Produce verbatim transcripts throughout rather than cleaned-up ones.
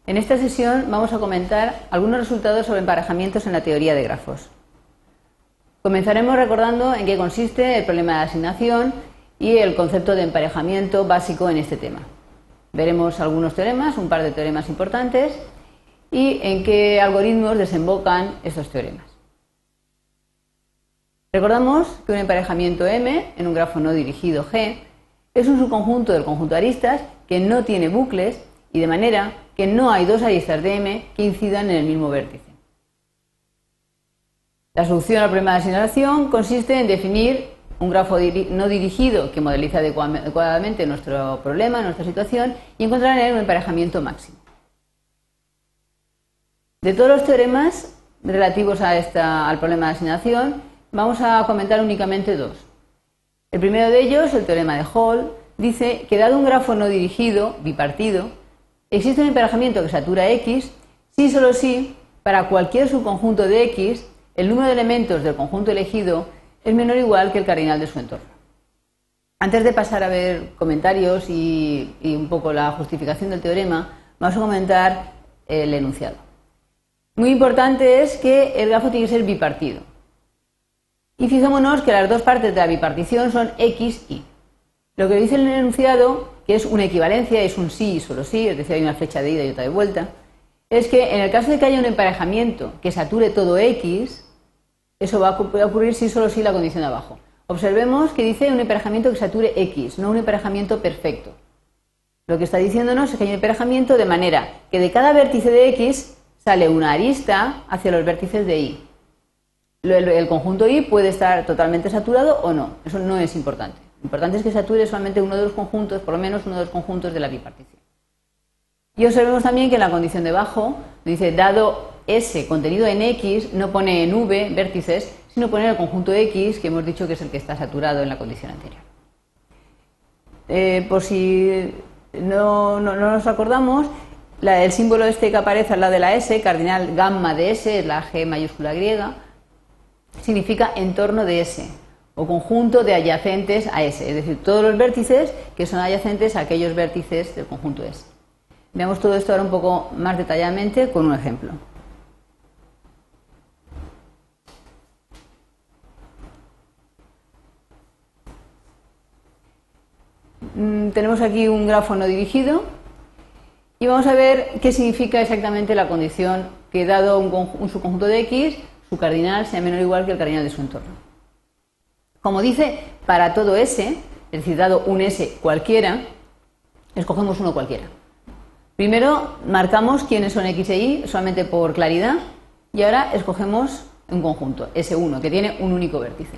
En esta sesión vamos a comentar algunos resultados sobre emparejamientos en la teoría de grafos. Comenzaremos recordando en qué consiste el problema de asignación y el concepto de emparejamiento básico en este tema. Veremos algunos teoremas, un par de teoremas importantes, y en qué algoritmos desembocan estos teoremas. Recordamos que un emparejamiento M en un grafo no dirigido G es un subconjunto del conjunto de aristas que no tiene bucles y de manera que no hay dos aristas de M que incidan en el mismo vértice. La solución al problema de asignación consiste en definir un grafo no dirigido que modeliza adecuadamente nuestro problema, nuestra situación, y encontrar en él un emparejamiento máximo. De todos los teoremas relativos a esta, al problema de asignación, vamos a comentar únicamente dos. El primero de ellos, el teorema de Hall, dice que dado un grafo no dirigido, bipartido, existe un emparejamiento que satura X si y solo si, para cualquier subconjunto de X, el número de elementos del conjunto elegido es menor o igual que el cardinal de su entorno. Antes de pasar a ver comentarios y, y un poco la justificación del teorema, vamos a comentar el enunciado. Muy importante es que el grafo tiene que ser bipartido. Y fijémonos que las dos partes de la bipartición son X, Y. Lo que dice el enunciado, que es una equivalencia, es un sí y solo sí, es decir, hay una flecha de ida y otra de vuelta, es que en el caso de que haya un emparejamiento que sature todo X, eso va a ocurrir si solo sí la condición de abajo. Observemos que dice un emparejamiento que sature X, no un emparejamiento perfecto. Lo que está diciéndonos es que hay un emparejamiento de manera que de cada vértice de X sale una arista hacia los vértices de Y. El conjunto Y puede estar totalmente saturado o no, eso no es importante. Lo importante es que sature solamente uno de los conjuntos, por lo menos uno de los conjuntos de la bipartición. Y observemos también que en la condición de abajo dice, dado S contenido en X, no pone en V vértices, sino pone el conjunto X, que hemos dicho que es el que está saturado en la condición anterior. Eh, por si no, no, no nos acordamos, la, el símbolo este que aparece al lado de la S, cardinal gamma de S, es la G mayúscula griega, significa entorno de S, o conjunto de adyacentes a S, es decir, todos los vértices que son adyacentes a aquellos vértices del conjunto S. Veamos todo esto ahora un poco más detalladamente con un ejemplo. Mm, tenemos aquí un grafo no dirigido y vamos a ver qué significa exactamente la condición que dado un, un subconjunto de X, su cardinal sea menor o igual que el cardinal de su entorno. Como dice, para todo S, es decir, dado un S cualquiera, escogemos uno cualquiera. Primero marcamos quiénes son X e Y, solamente por claridad, y ahora escogemos un conjunto, S uno, que tiene un único vértice.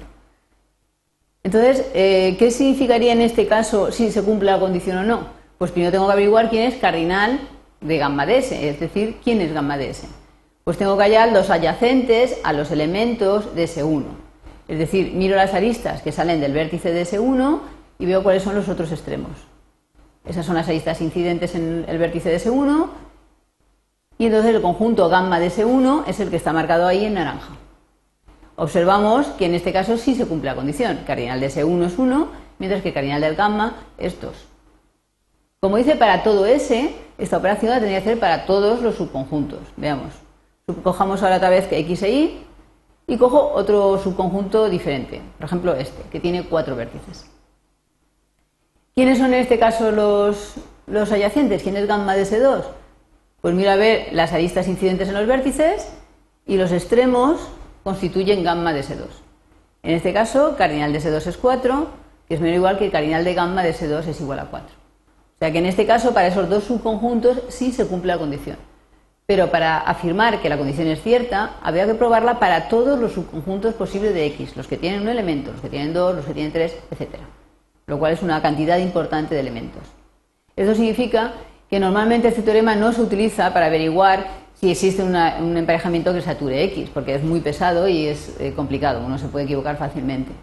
Entonces, eh, ¿qué significaría en este caso si se cumple la condición o no? Pues primero tengo que averiguar quién es cardinal de gamma de S, es decir, quién es gamma de S. Pues tengo que hallar los adyacentes a los elementos de S uno. Es decir, miro las aristas que salen del vértice de S uno y veo cuáles son los otros extremos. Esas son las aristas incidentes en el vértice de S uno y entonces el conjunto gamma de S uno es el que está marcado ahí en naranja. Observamos que en este caso sí se cumple la condición. Cardinal de S uno es uno, mientras que cardinal del gamma es dos. Como dice para todo S, esta operación la tendría que hacer para todos los subconjuntos. Veamos. Cojamos ahora otra vez que X e Y y cojo otro subconjunto diferente, por ejemplo este, que tiene cuatro vértices. ¿Quiénes son en este caso los, los adyacentes? ¿Quién es gamma de S dos? Pues mira a ver las aristas incidentes en los vértices y los extremos constituyen gamma de S dos. En este caso, cardinal de S dos es cuatro, que es menor o igual que el cardinal de gamma de S dos es igual a cuatro. O sea que en este caso, para esos dos subconjuntos sí se cumple la condición. Pero para afirmar que la condición es cierta, habría que probarla para todos los subconjuntos posibles de X, los que tienen un elemento, los que tienen dos, los que tienen tres, etcétera. Lo cual es una cantidad importante de elementos. Esto significa que normalmente este teorema no se utiliza para averiguar si existe una, un emparejamiento que sature X, porque es muy pesado y es eh, complicado, uno se puede equivocar fácilmente.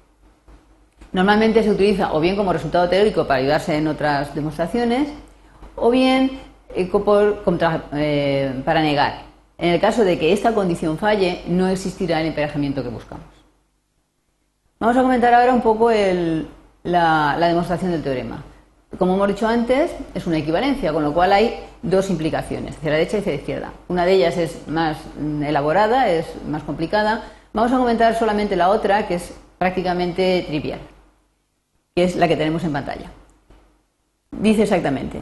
Normalmente se utiliza o bien como resultado teórico para ayudarse en otras demostraciones, o bien eh, por, contra, eh, para negar. En el caso de que esta condición falle, no existirá el emparejamiento que buscamos. Vamos a comentar ahora un poco el, la, la demostración del teorema. como hemos dicho antes, es una equivalencia, con lo cual hay dos implicaciones, hacia la derecha y hacia la izquierda. Una de ellas es más elaborada, es más complicada. Vamos a comentar solamente la otra, que es prácticamente trivial, que es la que tenemos en pantalla. Dice exactamente: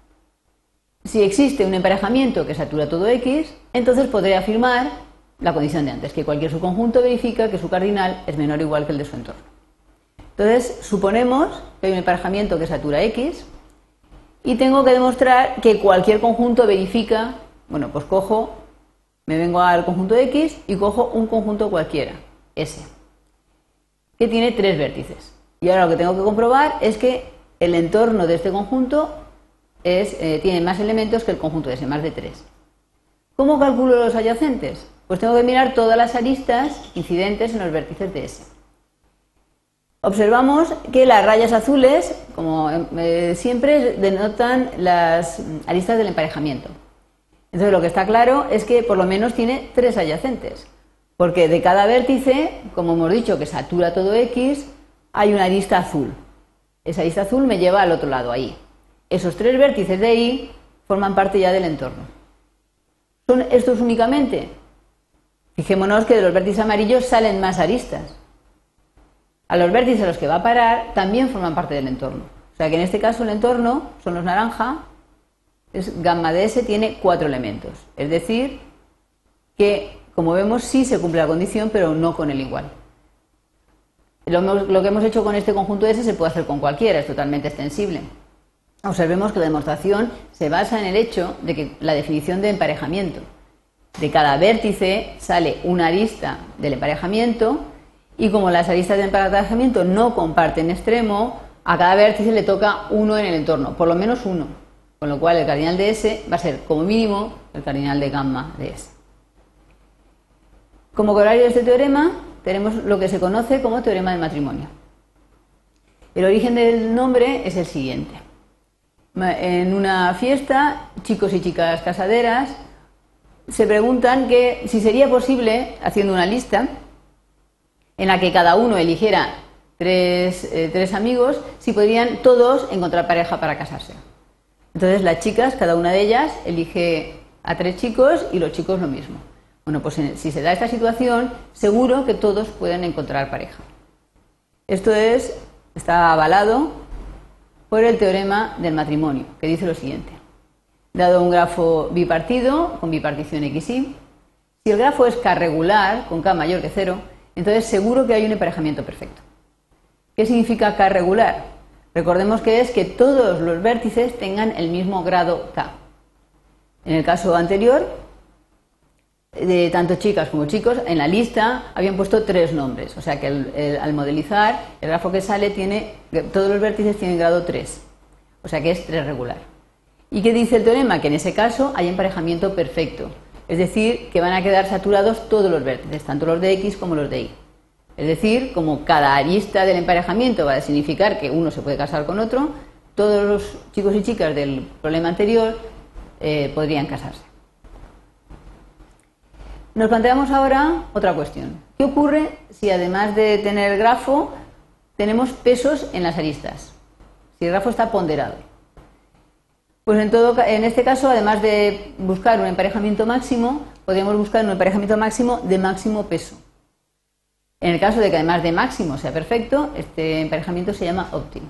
si existe un emparejamiento que satura todo X, entonces podré afirmar la condición de antes, que cualquier subconjunto verifica que su cardinal es menor o igual que el de su entorno. Entonces, suponemos que hay un emparejamiento que satura X y tengo que demostrar que cualquier conjunto verifica, bueno, pues cojo, me vengo al conjunto de X y cojo un conjunto cualquiera, S, que tiene tres vértices. Y ahora lo que tengo que comprobar es que el entorno de este conjunto es, eh, tiene más elementos que el conjunto de S, más de tres. ¿Cómo calculo los adyacentes? Pues tengo que mirar todas las aristas incidentes en los vértices de S. Observamos que las rayas azules, como eh, siempre, denotan las aristas del emparejamiento. Entonces lo que está claro es que por lo menos tiene tres adyacentes, porque de cada vértice, como hemos dicho que satura todo X, hay una arista azul. Esa arista azul me lleva al otro lado, ahí. Esos tres vértices de Y forman parte ya del entorno. ¿Son estos únicamente? Fijémonos que de los vértices amarillos salen más aristas. A los vértices a los que va a parar también forman parte del entorno. O sea que en este caso el entorno son los naranja, es gamma de S tiene cuatro elementos. Es decir, que como vemos sí se cumple la condición, pero no con el igual. Lo, lo que hemos hecho con este conjunto S se puede hacer con cualquiera, es totalmente extensible. Observemos que la demostración se basa en el hecho de que la definición de emparejamiento. De cada vértice sale una arista del emparejamiento y como las aristas del emparejamiento no comparten extremo, a cada vértice le toca uno en el entorno, por lo menos uno, con lo cual el cardinal de S va a ser como mínimo el cardinal de gamma de S. Como corolario de este teorema tenemos lo que se conoce como teorema del matrimonio. El origen del nombre es el siguiente. En una fiesta, chicos y chicas casaderas se preguntan que si sería posible, haciendo una lista en la que cada uno eligiera tres, eh, tres amigos, si podrían todos encontrar pareja para casarse. Entonces las chicas, cada una de ellas, elige a tres chicos y los chicos lo mismo. Bueno, pues si se da esta situación, seguro que todos pueden encontrar pareja. Esto es, está avalado por el teorema del matrimonio, que dice lo siguiente. Dado un grafo bipartido, con bipartición X Y, si el grafo es K regular, con K mayor que cero, entonces seguro que hay un emparejamiento perfecto. ¿Qué significa K regular? Recordemos que es que todos los vértices tengan el mismo grado K. En el caso anterior, de tanto chicas como chicos, en la lista habían puesto tres nombres, o sea que el, el, al modelizar, el grafo que sale tiene, todos los vértices tienen grado tres, o sea que es tres regular. ¿Y qué dice el teorema? Que en ese caso hay emparejamiento perfecto, es decir, que van a quedar saturados todos los vértices, tanto los de X como los de Y. Es decir, como cada arista del emparejamiento va a significar que uno se puede casar con otro, todos los chicos y chicas del problema anterior eh, podrían casarse. Nos planteamos ahora otra cuestión. ¿Qué ocurre si además de tener grafo tenemos pesos en las aristas? Si el grafo está ponderado. Pues en, todo, en este caso, además de buscar un emparejamiento máximo, podríamos buscar un emparejamiento máximo de máximo peso. En el caso de que además de máximo sea perfecto, este emparejamiento se llama óptimo.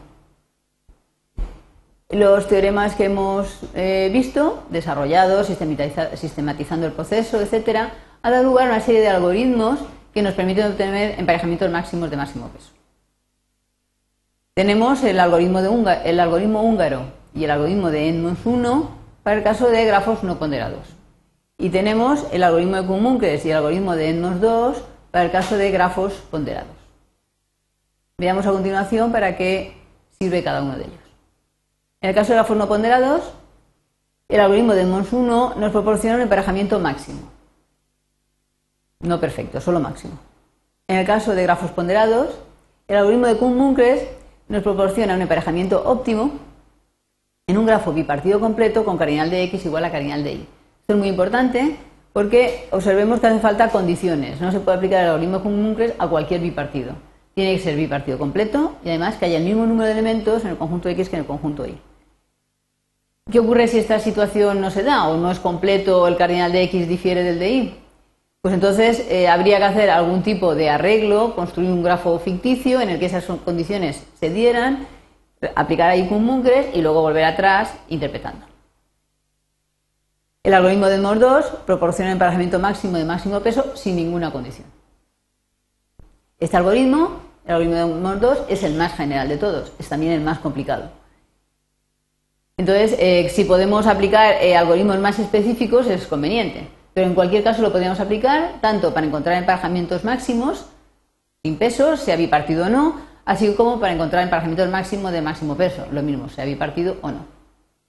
Los teoremas que hemos eh, visto, desarrollados, sistematiza, sistematizando el proceso, etcétera, han dado lugar a una serie de algoritmos que nos permiten obtener emparejamientos máximos de máximo peso. Tenemos el algoritmo, de húngaro, el algoritmo húngaro y el algoritmo de Edmonds uno para el caso de grafos no ponderados. Y tenemos el algoritmo de Kuhn-Munkres y el algoritmo de Edmonds dos para el caso de grafos ponderados. Veamos a continuación para qué sirve cada uno de ellos. En el caso de grafos no ponderados, el algoritmo de Edmonds uno nos proporciona un emparejamiento máximo. No perfecto, solo máximo. En el caso de grafos ponderados, el algoritmo de Kuhn-Munkres nos proporciona un emparejamiento óptimo en un grafo bipartido completo con cardinal de X igual a cardinal de Y. Esto es muy importante porque observemos que hacen falta condiciones. No se puede aplicar el algoritmo de Kuhn-Munkres a cualquier bipartido. tiene que ser bipartido completo y además que haya el mismo número de elementos en el conjunto X que en el conjunto Y. ¿Qué ocurre si esta situación no se da o no es completo o el cardinal de X difiere del de Y? Pues entonces eh, habría que hacer algún tipo de arreglo, construir un grafo ficticio en el que esas condiciones se dieran, aplicar ahí Kuhn-Munkres y luego volver atrás interpretando. El algoritmo de Edmond dos proporciona el emparejamiento máximo de máximo peso sin ninguna condición. Este algoritmo, el algoritmo de Edmond dos, es el más general de todos, es también el más complicado. Entonces, eh, si podemos aplicar eh, algoritmos más específicos es conveniente, pero en cualquier caso lo podríamos aplicar tanto para encontrar emparejamientos máximos sin peso, sea bipartido o no, así como para encontrar emparejamientos máximos de máximo peso, lo mismo, sea bipartido o no.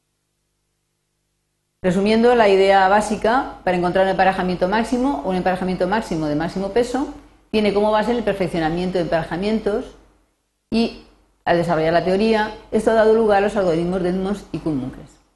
Resumiendo, la idea básica para encontrar un emparejamiento máximo o un emparejamiento máximo de máximo peso tiene como base el perfeccionamiento de emparejamientos y, al desarrollar la teoría, esto ha dado lugar a los algoritmos de Edmonds y Kuhn-Munkres.